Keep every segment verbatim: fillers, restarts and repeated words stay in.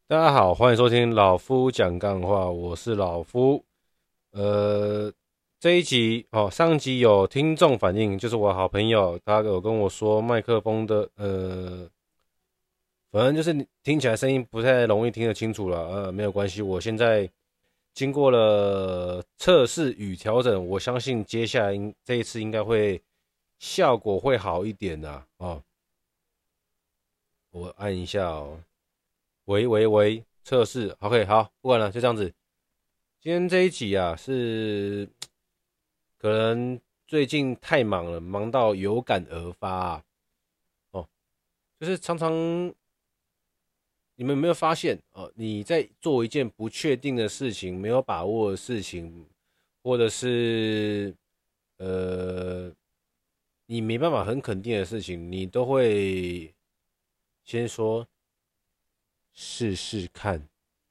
大家好，欢迎收听老夫讲干话，我是老夫。呃，这一集哦，上集有听众反映，就是我好朋友，他有跟我说麦克风的，呃，反正就是你听起来声音不太容易听得清楚了。呃，没有关系，我现在经过了测试与调整，我相信接下来应这一次应该会效果会好一点的哦。我按一下哦。喂喂喂，测试，OK，好，不管了，就这样子。今天这一集啊，是可能最近太忙了，忙到有感而发啊。哦，就是常常你们有没有发现哦，你在做一件不确定的事情、没有把握的事情，或者是呃你没办法很肯定的事情，你都会先说试试看。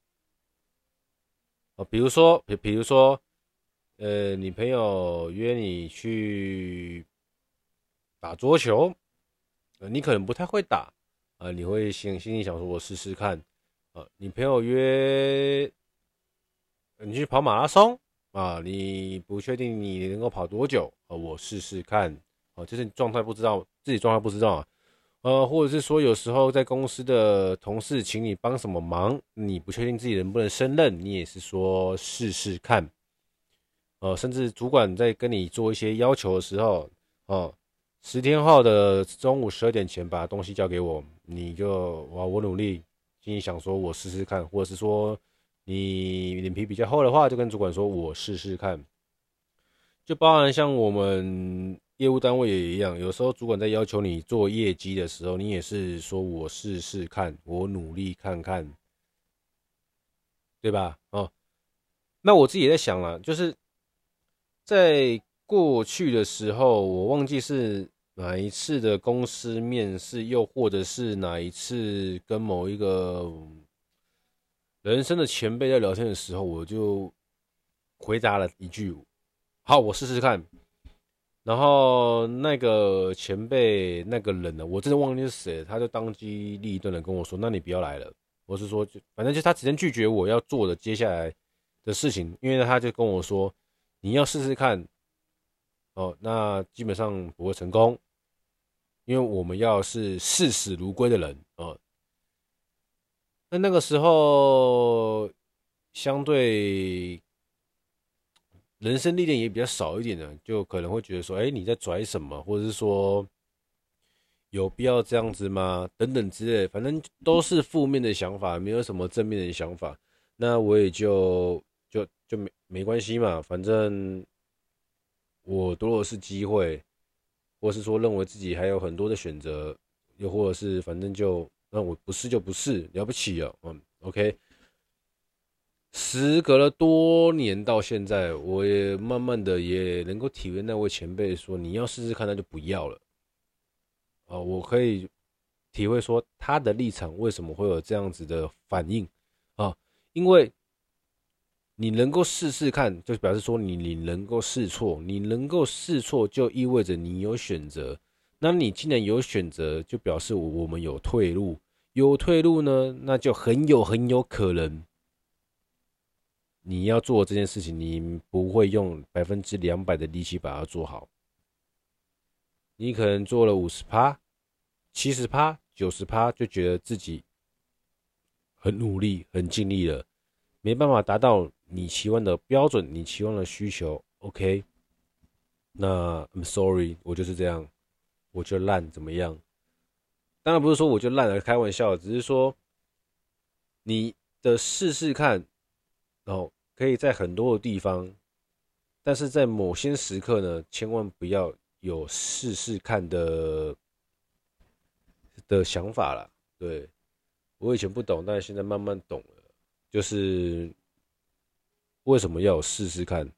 哦，比如说，比比如说，呃，你朋友约你去打桌球，呃，你可能不太会打，啊、你会心心里想说，我试试看。啊、你朋友约你去跑马拉松，啊、你不确定你能够跑多久，啊、我试试看。哦、就是你状态不知道，自己状态不知道啊，呃，或者是说有时候在公司的同事请你帮什么忙，你不确定自己能不能胜任，你也是说试试看。呃，甚至主管在跟你做一些要求的时候，哦、十天后的中午十二点前把东西交给我，你就哇，我努力，心里想说我试试看，或者是说你脸皮比较厚的话，就跟主管说我试试看。就包含像我们业务单位也一样，有时候主管在要求你做业绩的时候，你也是说我试试看，我努力看看，对吧？哦，那我自己也在想了，就是在过去的时候，我忘记是哪一次的公司面试，又或者是哪一次跟某一个人生的前辈在聊天的时候，我就回答了一句：“好，我试试看。”然后那个前辈那个人呢，我真的忘记是谁了，他就当机立断的跟我说：“那你不要来了。”我是说，就反正就是他直接拒绝我要做的接下来的事情，因为他就跟我说：“你要试试看哦，那基本上不会成功，因为我们要是视死如归的人哦。”那那个时候相对人生历练也比较少一点的，就可能会觉得说：“哎，你在拽什么？”或者是说。有必要这样子吗？等等之类，反正都是负面的想法，没有什么正面的想法。那我也就就就没没关系嘛，反正我多的是机会，或是说认为自己还有很多的选择，又或者是反正就那我不是就不是，了不起哦，嗯，OK。时隔了多年到现在，我也慢慢的也能够体会那位前辈说，你要试试看，那就不要了。哦，我可以体会说他的立场为什么会有这样子的反应啊？因为你能够试试看，就表示说你你能够试错，你能够试错就意味着你有选择。那你既然有选择，就表示我们有退路，有退路呢，那就很有很有可能你要做这件事情，你不会用百分之两百的力气把它做好，你可能做了五十趴、七十趴、九十趴，就觉得自己很努力、很尽力了，没办法达到你期望的标准，你期望的需求，OK，那 I'm sorry，我就是这样，我就烂，怎么样？当然不是说我就烂了，开玩笑，只是说你的试试看，然后可以在很多的地方，但是在某些时刻呢，千万不要有试试看的的想法啦。对，我以前不懂，但是现在慢慢懂了，就是为什么要有试试看。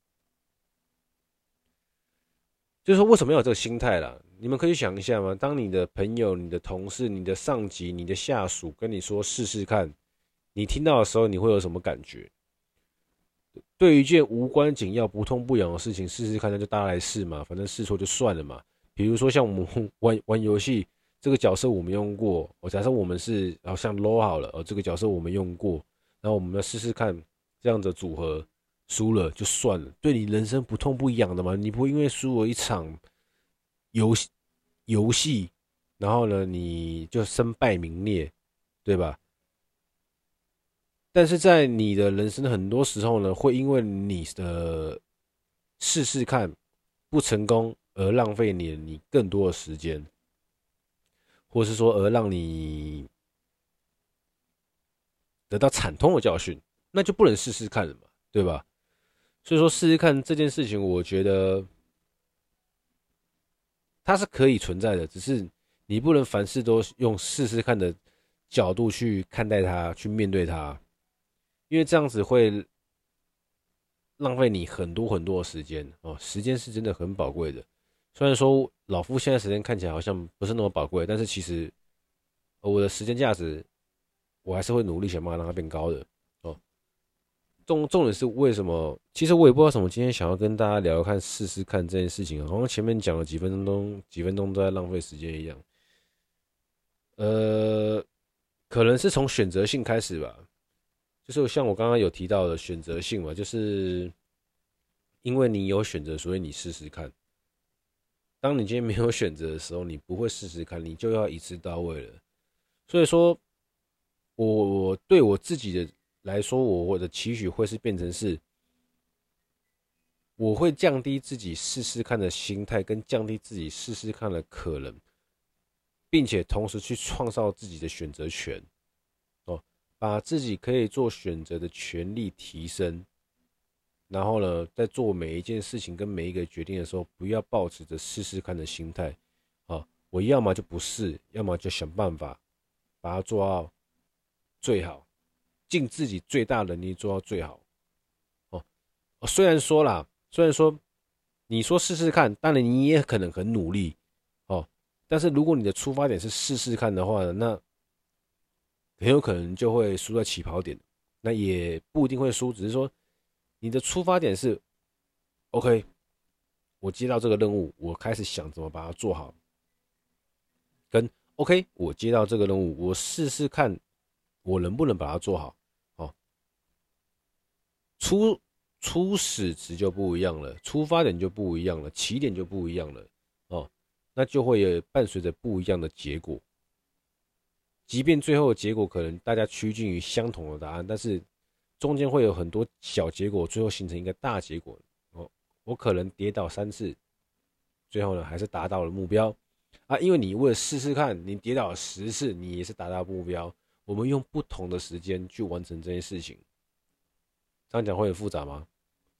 就是说为什么要有这个心态啦？你们可以想一下吗？当你的朋友、你的同事、你的上级、你的下属跟你说试试看，你听到的时候你会有什么感觉？对于一件无关紧要、不痛不痒的事情，试试看，那就大家来试嘛，反正试错就算了嘛。比如说像我们玩玩游戏， 这个角色我们用过，我、哦、假设我们是好像 low 好了，哦，这个角色我们用过，然后我们要试试看这样的组合，输了就算了，对你人生不痛不痒的嘛，你不会因为输了一场游戏游戏，然后呢你就身败名裂，对吧？但是在你的人生很多时候呢，会因为你的试试看不成功而浪费你你更多的时间，或是说而让你得到惨痛的教训，那就不能试试看了嘛，对吧？所以说试试看这件事情，我觉得它是可以存在的，只是你不能凡事都用试试看的角度去看待它，去面对它，因为这样子会浪费你很多很多的时间哦。时间是真的很宝贵的，虽然说老夫现在时间看起来好像不是那么宝贵，但是其实我的时间价值，我还是会努力想办法让它变高的哦。重重点是为什么？其实我也不知道什么，今天想要跟大家聊聊看试试看这件事情，好像前面讲了几分钟，几分钟都在浪费时间一样。呃，可能是从选择性开始吧，就是像我刚刚有提到的选择性嘛，就是因为你有选择，所以你试试看。当你今天没有选择的时候，你不会试试看，你就要一次到位了。所以说，我对我自己的来说，我我的期许会是变成是，我会降低自己试试看的心态，跟降低自己试试看的可能，并且同时去创造自己的选择权哦，把自己可以做选择的权利提升。然后呢，在做每一件事情跟每一个决定的时候，不要抱持着试试看的心态啊，我要么就不试，要么就想办法把它做到最好，尽自己最大能力做到最好。哦，虽然说啦，虽然说你说试试看，当然你也可能很努力哦，但是如果你的出发点是试试看的话呢，那很有可能就会输在起跑点，那也不一定会输，只是说你的出发点是 OK，我接到这个任务，我开始想怎么把它做好，跟 OK，我接到这个任务，我试试看我能不能把它做好。哦，初初始值就不一样了，出发点就不一样了，起点就不一样了。哦，那就会有伴随着不一样的结果。即便最后的结果可能大家趋近于相同的答案，但是中间会有很多小结果，最后形成一个大结果。哦，我可能跌倒三次，最后呢还是达到了目标啊！因为你为了试试看，你跌倒了十次，你也是达到目标。我们用不同的时间去完成这件事情，这样讲会很复杂吗？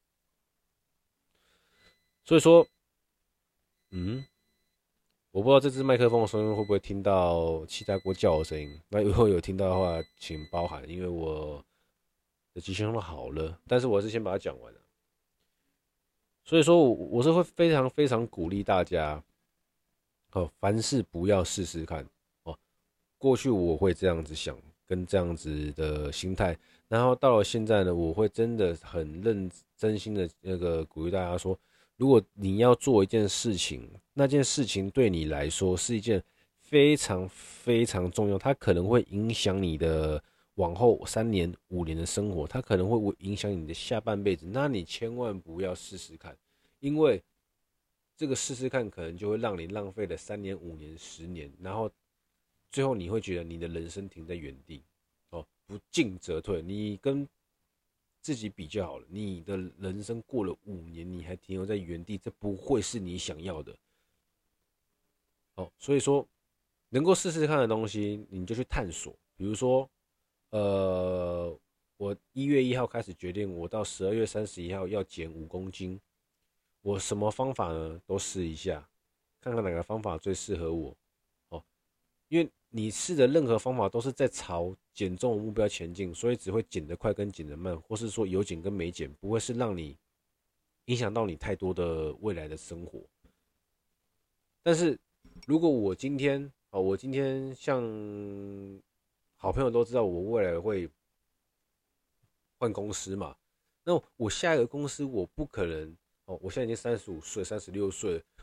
所以说，嗯，我不知道这支麦克风的声音会不会听到其他国叫的声音。那如果有听到的话，请包涵，因为我的吉祥都好了，但是我是先把它讲完了。所以说我，我是会非常非常鼓励大家，哦，凡事不要试试看哦。过去我会这样子想，跟这样子的心态，然后到了现在呢，我会真的很认真心的那个鼓励大家说，如果你要做一件事情，那件事情对你来说是一件非常非常重要，它可能会影响你的往后三年、五年的生活，它可能会影响你的下半辈子，那你千万不要试试看，因为这个试试看可能就会让你浪费了三年、五年、十年，然后最后你会觉得你的人生停在原地，哦，不进则退。你跟自己比较好了，你的人生过了五年，你还停留在原地，这不会是你想要的。哦，所以说能够试试看的东西，你就去探索。比如说，呃，我一月一号开始决定，我到十二月三十一号要减五公斤，我什么方法呢都试一下，看看哪个方法最适合我。哦，因为你试的任何方法都是在朝减重的目标前进，所以只会减得快跟减得慢，或是说有减跟没减，不会是让你影响到你太多的未来的生活。但是如果我今天哦，我今天像好朋友都知道，我未来会换公司嘛，那我下一个公司我不可能哦，我现在已经三十五岁、三十六岁了，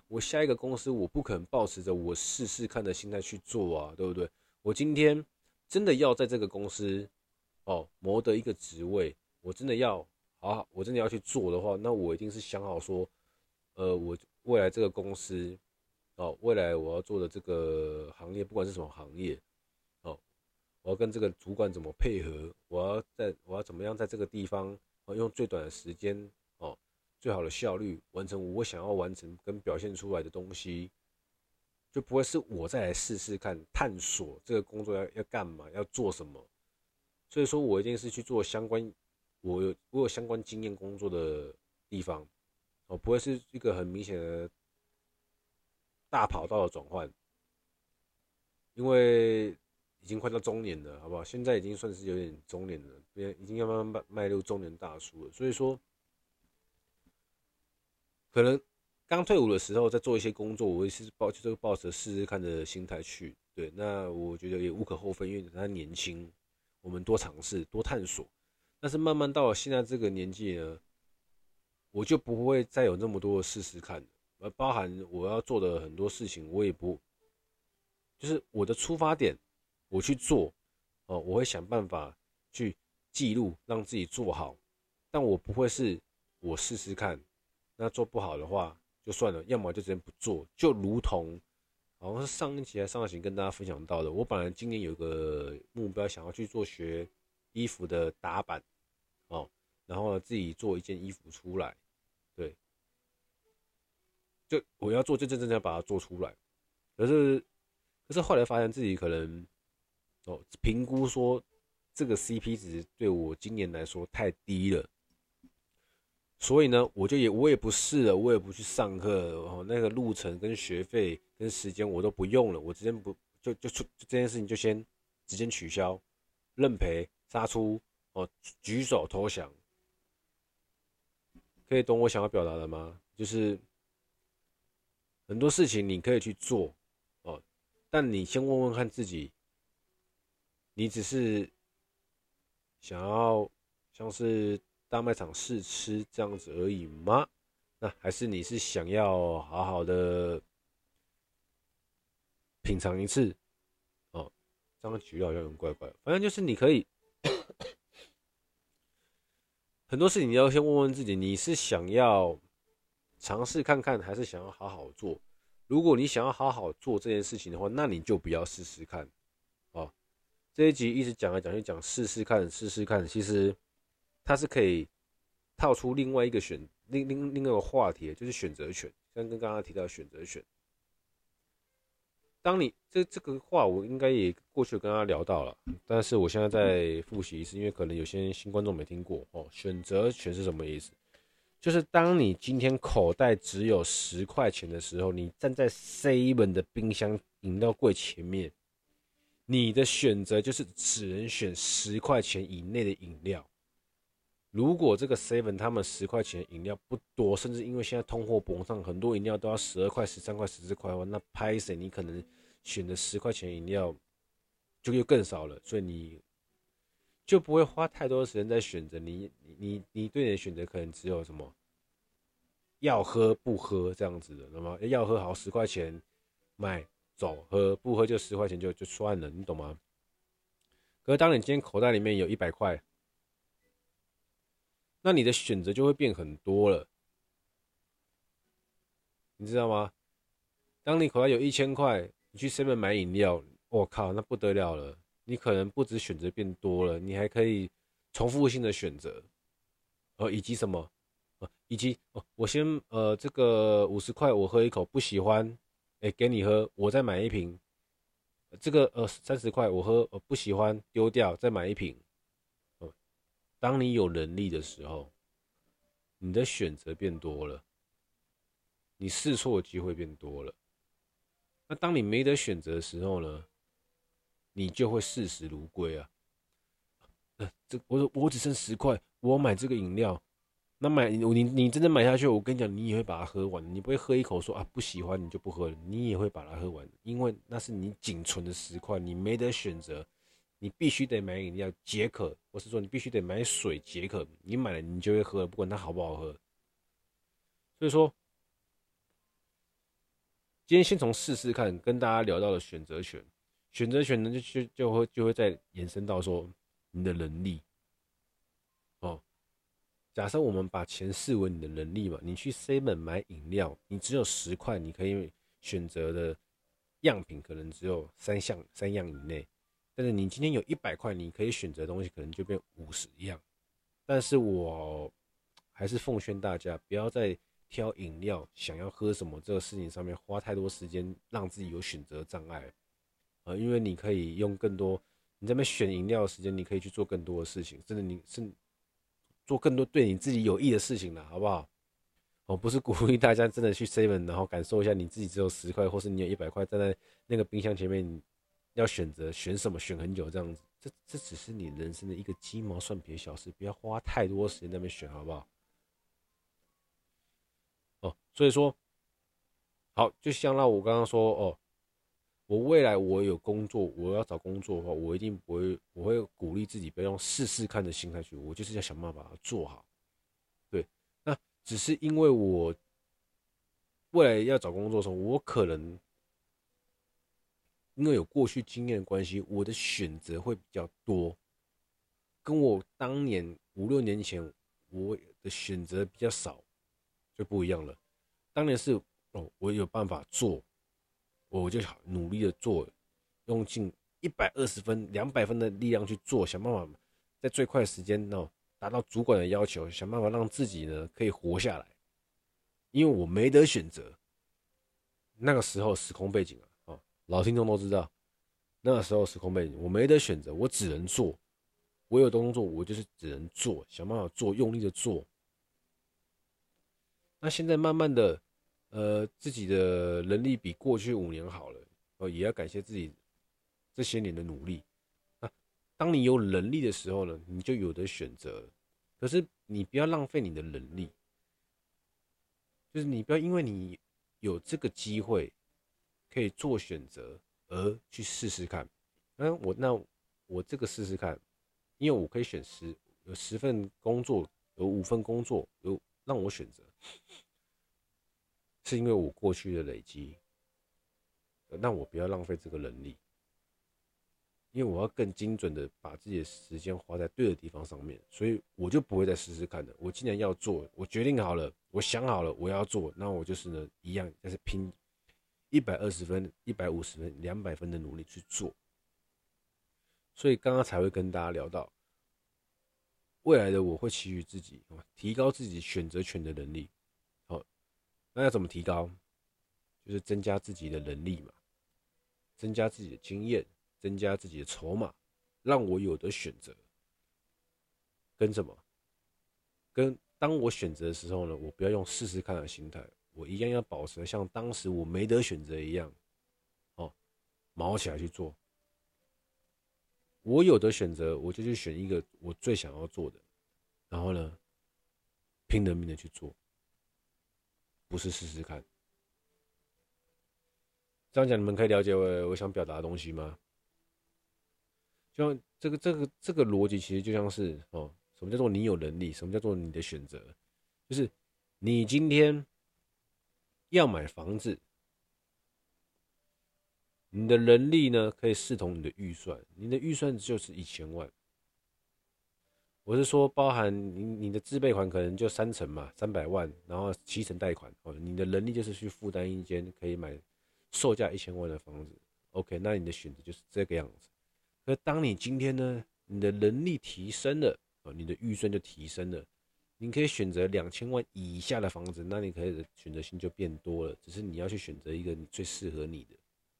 我下一个公司我不可能抱持着我试试看的心态去做啊，对不对？我今天真的要在这个公司哦谋得一个职位，我真的要好，我真的要去做的话，那我一定是想好说，呃，我未来这个公司哦，未来我要做的这个行业，不管是什么行业哦，我要跟这个主管怎么配合，我要在我要怎么样在这个地方哦用最短的时间哦。最好的效率完成我想要完成跟表现出来的东西，就不会是我再来试试看探索这个工作要要干嘛要做什么。所以说我一定是去做相关我有我有相关经验工作的地方，哦，不会是一个很明显的大跑道的转换，因为已经快到中年了，好不好？现在已经算是有点中年了，已经要慢慢迈入中年大叔了，所以说。可能刚退伍的时候在做一些工作，我也是抱就是抱着试试看的心态去，对，那我觉得也无可厚非，因为他年轻，我们多尝试多探索。但是慢慢到了现在这个年纪呢，我就不会再有那么多的试试看了，而包含我要做的很多事情，我也不就是我的出发点，我去做哦，我会想办法去记录，让自己做好，但我不会是我试试看。那做不好的话就算了，要么就直接不做。就如同好像是上一期还上一期跟大家分享到的，我本来今年有个目标，想要去做学衣服的打版哦，然后呢自己做一件衣服出来，对，就我要做就真正的把它做出来。可是可是后来发现自己可能哦评估说这个 C P 值对我今年来说太低了。所以呢，我就也我也不试了，我也不去上课，哦，那个路程跟学费跟时间我都不用了，我直接不就就出这件事情就先直接取消，认赔杀出，哦，举手投降，可以懂我想要表达的吗？就是很多事情你可以去做，哦，但你先问问看自己，你只是想要像是大卖场试吃这样子而已吗？那还是你是想要好好的品尝一次哦？这样举例好像有点怪怪，反正就是你可以很多事情你要先问问自己，你是想要尝试看看，还是想要好好做？如果你想要好好做这件事情的话，那你就不要试试看哦。这一集一直讲来讲去讲试试看，试试看，其实它是可以套出另外一个选另另另外一个话题，就是选择权，像跟刚刚提到的选择权。当你这这个话，我应该也过去跟他聊到了，但是我现在在复习一次，因为可能有些新观众没听过哦。选择权是什么意思？就是当你今天口袋只有十块钱的时候，你站在 seven 的冰箱饮料柜前面，你的选择就是只能选十块钱以内的饮料。如果这个 seven 他们十块钱饮料不多，甚至因为现在通货膨胀，很多饮料都要十二块、十三块、十四块的话，那拍谁你可能选的十块钱饮料就又更少了，所以你就不会花太多的时间在选择。你你你你对你的选择可能只有什么要喝不喝这样子的，那么要喝好十块钱买走喝，不喝就十块钱就就算了，你懂吗？可是当你今天口袋里面有一百块，那你的选择就会变很多了，你知道吗？当你口袋有一千块，你去 seven 买饮料，我靠，那不得了了！你可能不止选择变多了，你还可以重复性的选择，呃，以及什么，呃，以及哦，我先呃这个五十块我喝一口不喜欢，哎、欸，给你喝，我再买一瓶。这个呃三十块我喝，呃不喜欢丢掉，再买一瓶。呃，当你有能力的时候，你的选择变多了，你试错的机会变多了。那当你没得选择的时候呢，你就会视死如归啊。呃，这我我只剩十块，我要买这个饮料。那买你你你真的买下去，我跟你讲，你也会把它喝完，你不会喝一口说啊不喜欢你就不喝了，你也会把它喝完，因为那是你仅存的十块，你没得选择，你必须得买饮料解渴，或是说你必须得买水解渴，你买了你就会喝了，不管它好不好喝。所以说， 今天先从试试看，跟大家聊到了选择权，选择权呢就就就会就会再延伸到说你的能力哦。假设我们把钱视为你的能力嘛，你去 seven 买饮料，你只有十块，你可以选择的样品可能只有三项三样以内，但是你今天有一百块，你可以选择的东西可能就变五十样。但是我还是奉劝大家，不要在挑饮料、想要喝什么这个事情上面花太多时间，让自己有选择障碍。呃，因为你可以用更多，你在那边选饮料的时间，你可以去做更多的事情，真的你是做更多对你自己有益的事情了，好不好？哦，不是鼓励大家真的去 seven， 然后感受一下你自己只有十块，或是你有一百块站在那个冰箱前面，要选择选什么，选很久这样子。这这只是你人生的一个鸡毛蒜皮的小事，不要花太多时间在那边选，好不好？哦，所以说，好，就像让我刚刚说，哦，我未来我有工作，我要找工作的话，我一定不会，我会鼓励自己不要用试试看的心态去，我就是要想办法把它做好。对，那只是因为我未来要找工作的时候，我可能因为有过去经验的关系，我的选择会比较多，跟我当年五六年前我的选择比较少就不一样了。当年是哦，我有办法做，我就好努力的做，用尽一百二十分、两百分的力量去做，想办法在最快的时间哦达到主管的要求，想办法让自己呢可以活下来。因为我没得选择，那个时候时空背景啊，哦，老听众都知道，那个时候时空背景我没得选择，我只能做。我有工作，我就是只能做，想办法做，用力的做。那现在慢慢的，呃，自己的能力比过去五年好了，哦，也要感谢自己这些年的努力。那当你有能力的时候呢，你就有的选择了。可是你不要浪费你的能力，就是你不要因为你有这个机会可以做选择而去试试看。嗯，我那我这个试试看，因为我可以选十有十份工作，有五份工作有让我选择，是因为我过去的累积，那我不要浪费这个能力，因为我要更精准的把自己的时间花在对的地方上面，所以我就不会再试试看了。我既然要做，我决定好了，我想好了我要做，那我就是呢一样，但是拼一百二十分、一百五十分、两百分的努力去做。所以刚刚才会跟大家聊到，未来的我会期许自己提高自己选择权的能力。好，那要怎么提高？就是增加自己的能力嘛，增加自己的经验，增加自己的筹码，让我有的选择。跟什么？跟当我选择的时候呢，我不要用试试看的心态，我一样要保持像当时我没得选择一样，哦，毛起来去做。我有的选择，我就去选一个我最想要做的，然后呢，拼了命的去做，不是试试看。这样讲你们可以了解我我想表达的东西吗？就像这个这个这个逻辑，其实就像是哦，什么叫做你有能力？什么叫做你的选择？就是你今天要买房子，你的能力呢可以视同你的预算，你的预算就是一千万。我是说，包含你你的自备款可能就三成嘛，三百万，然后七成贷款哦，你的能力就是去负担一间可以买售价一千万的房子。OK，那你的选择就是这个样子。可当你今天呢，你的能力提升了，哦，你的预算就提升了，你可以选择两千万以下的房子，那你可以的选择性就变多了，只是你要去选择一个你最适合你的。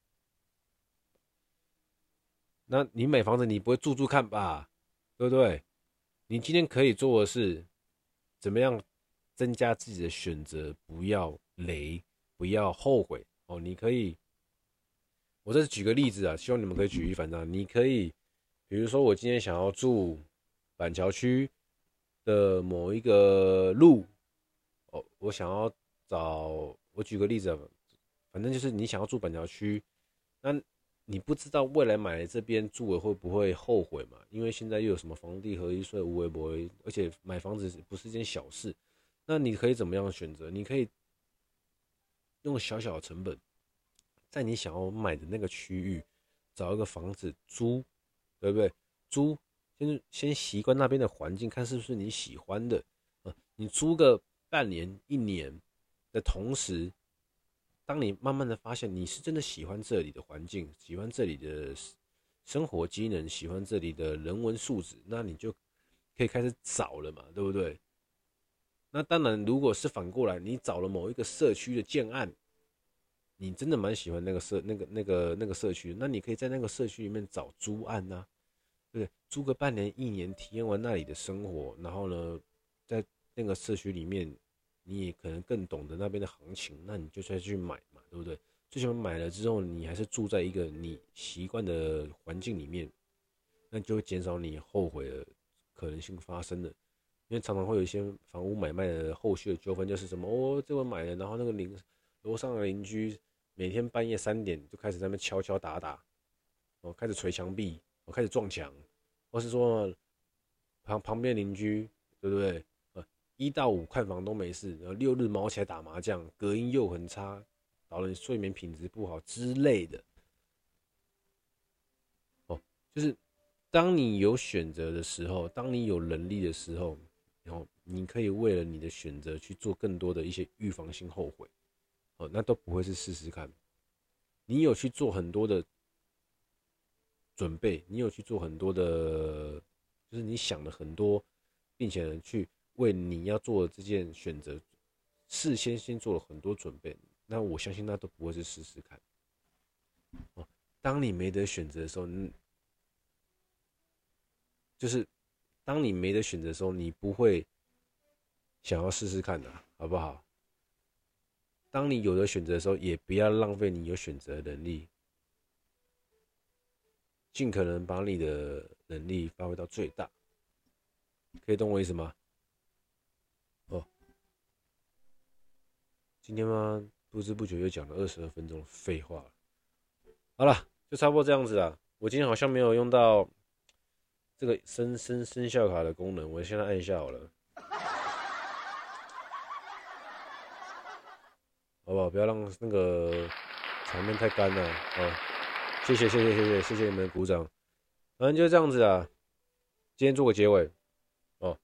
那你买房子你不会住住看吧，对不对？你今天可以做的是怎么样增加自己的选择，不要雷，不要后悔哦。你可以，我这是举个例子啊，希望你们可以举一反三。你可以，比如说我今天想要住板桥区的某一个路，哦，我想要找，我举个例子啊，反正就是你想要住板桥区，那你不知道未来买了这边住了会不会后悔嘛？因为现在又有什么房地合一税、无微不微，而且买房子不是一件小事。那你可以怎么样选择？你可以用小小的成本在你想要买的那个区域找一个房子租，对不对？租先先习惯那边的环境，看是不是你喜欢的。呃、你租个半年、一年的同时，当你慢慢的发现你是真的喜欢这里的环境，喜欢这里的生活机能，喜欢这里的人文素质，那你就可以开始找了嘛，对不对？那当然，如果是反过来，你找了某一个社区的建案，你真的蛮喜欢那个社那个那个那个社区，那你可以在那个社区里面找租案啊，对不对？租个半年一年，体验完那里的生活，然后呢，在那个社区里面，你也可能更懂得那边的行情，那你就再去买嘛，对不对？最起码买了之后，你还是住在一个你习惯的环境里面，那就会减少你后悔的可能性发生的。因为常常会有一些房屋买卖的后续的纠纷，就是什么哦，这个买了，然后那个邻楼上的邻居每天半夜三点就开始在那边敲敲打打，哦，开始捶墙壁，哦，开始撞墙，或是说旁旁边邻居，对不对？呃，一到五看房都没事，然后六日毛起来打麻将，隔音又很差，导致睡眠品质不好之类的。哦，就是当你有选择的时候，当你有能力的时候，然后你可以为了你的选择去做更多的一些预防性后悔，哦，那都不会是试试看。你有去做很多的准备，你有去做很多的，就是你想了很多，并且去为你要做的这件选择，事先先做了很多准备，那我相信那都不会是试试看。哦，当你没得选择的时候，就是当你没得选择的时候，你不会想要试试看的，好不好？当你有的选择的时候，也不要浪费你有选择的能力，尽可能把你的能力发挥到最大。可以懂我意思吗？哦，今天嘛，不知不觉又讲了二十二分钟废话了。好了，就差不多这样子啦。我今天好像没有用到这个生生生效卡的功能，我现在按一下好了。好不好？不要让那个场面太干了哦。谢谢谢谢谢谢谢谢你们的鼓掌，反正就这样子啊。今天做个结尾哦，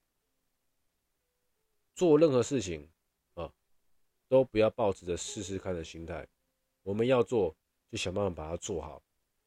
做任何事情啊，都不要抱持着试试看的心态。我们要做，就想办法把它做好。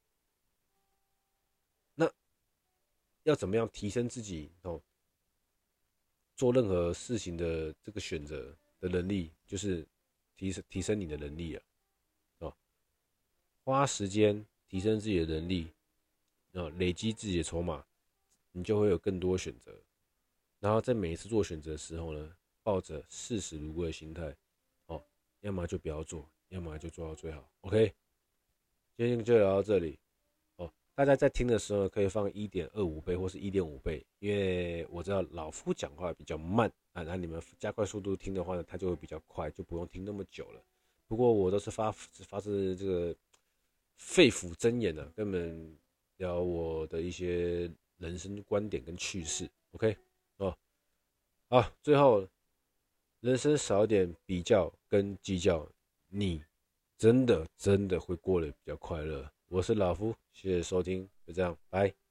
那要怎么样提升自己哦？做任何事情的这个选择的能力，就是提升提升你的能力啊。哦，花时间提升自己的能力，啊，累积自己的筹码，你就会有更多选择。然后在每一次做选择的时候呢，抱着视死如归的心态，哦，要么就不要做，要么就做到最好。OK， 今天就聊到这里。哦，大家在听的时候可以放一点二五倍或是一点五倍，因为我知道老夫讲话比较慢啊，那你们加快速度听的话呢，它就会比较快，就不用听那么久了。不过我都是发发自这个肺腑真言啊，跟你们聊我的一些人生观点跟趣事。OK， 哦，好，最后人生少一点比较跟计较，你真的真的会过得比较快乐。我是老夫，谢谢收听，就这样，拜。